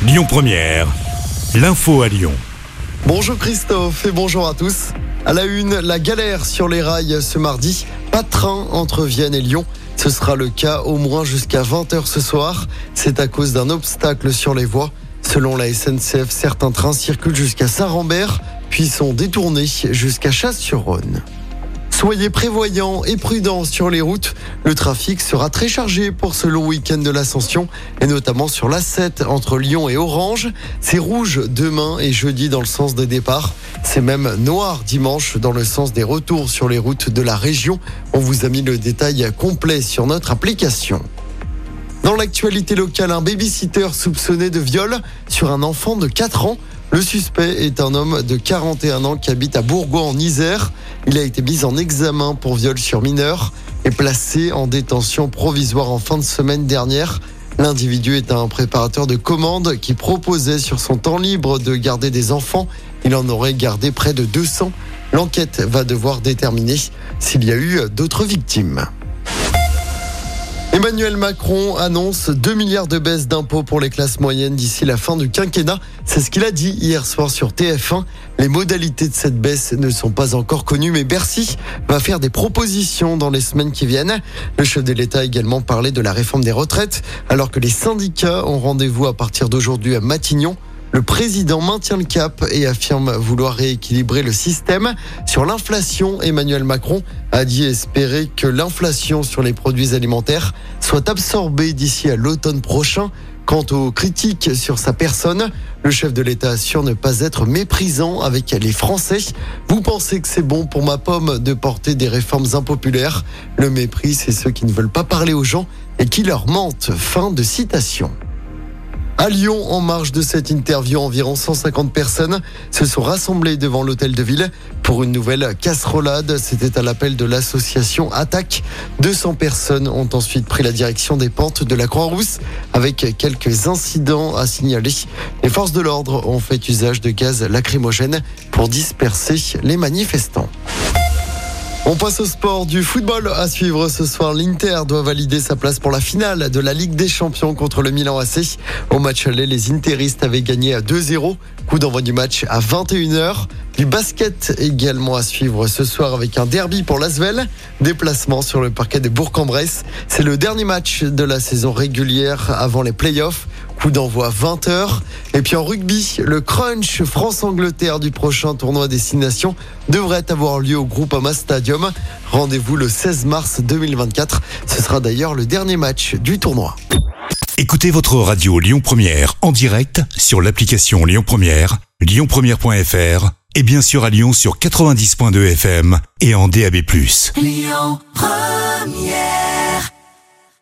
Lyon Première, l'info à Lyon. Bonjour Christophe et bonjour à tous. À la une, la galère sur les rails ce mardi. Pas de train entre Vienne et Lyon. Ce sera le cas au moins jusqu'à 20h ce soir. C'est à cause d'un obstacle sur les voies. Selon la SNCF, certains trains circulent jusqu'à Saint-Rambert, puis sont détournés jusqu'à Chasse-sur-Rhône. Soyez prévoyants et prudents sur les routes. Le trafic sera très chargé pour ce long week-end de l'Ascension et notamment sur l'A7 entre Lyon et Orange. C'est rouge demain et jeudi dans le sens des départs. C'est même noir dimanche dans le sens des retours sur les routes de la région. On vous a mis le détail complet sur notre application. Dans l'actualité locale, un baby-sitter soupçonné de viol sur un enfant de 4 ans. Le suspect est un homme de 41 ans qui habite à Bourgoin en Isère. Il a été mis en examen pour viol sur mineur et placé en détention provisoire en fin de semaine dernière. L'individu est un préparateur de commandes qui proposait sur son temps libre de garder des enfants. Il en aurait gardé près de 200. L'enquête va devoir déterminer s'il y a eu d'autres victimes. Emmanuel Macron annonce 2 milliards de baisse d'impôts pour les classes moyennes d'ici la fin du quinquennat. C'est ce qu'il a dit hier soir sur TF1. Les modalités de cette baisse ne sont pas encore connues, mais Bercy va faire des propositions dans les semaines qui viennent. Le chef de l'État a également parlé de la réforme des retraites, alors que les syndicats ont rendez-vous à partir d'aujourd'hui à Matignon. Le président maintient le cap et affirme vouloir rééquilibrer le système. Sur l'inflation, Emmanuel Macron a dit espérer que l'inflation sur les produits alimentaires soit absorbée d'ici à l'automne prochain. Quant aux critiques sur sa personne, le chef de l'État assure ne pas être méprisant avec les Français. Vous pensez que c'est bon pour ma pomme de porter des réformes impopulaires? Le mépris, c'est ceux qui ne veulent pas parler aux gens et qui leur mentent. Fin de citation. À Lyon, en marge de cette interview, environ 150 personnes se sont rassemblées devant l'hôtel de ville pour une nouvelle casserolade. C'était à l'appel de l'association Attaque. 200 personnes ont ensuite pris la direction des pentes de la Croix-Rousse avec quelques incidents à signaler. Les forces de l'ordre ont fait usage de gaz lacrymogène pour disperser les manifestants. On passe au sport du football à suivre ce soir. L'Inter doit valider sa place pour la finale de la Ligue des Champions contre le Milan AC. Au match aller, les Interistes avaient gagné à 2-0. Coup d'envoi du match à 21h. Du basket également à suivre ce soir avec un derby pour l'Asvel. Déplacement sur le parquet de Bourg-en-Bresse. C'est le dernier match de la saison régulière avant les playoffs. Coup d'envoi 20h. Et puis en rugby, le crunch France-Angleterre du prochain tournoi Destination devrait avoir lieu au Groupama Stadium. Rendez-vous le 16 mars 2024. Ce sera d'ailleurs le dernier match du tournoi. Écoutez votre radio Lyon Première en direct sur l'application Lyon Première, lyonpremière.fr et bien sûr à Lyon sur 90.2 FM et en DAB+. Lyon Première.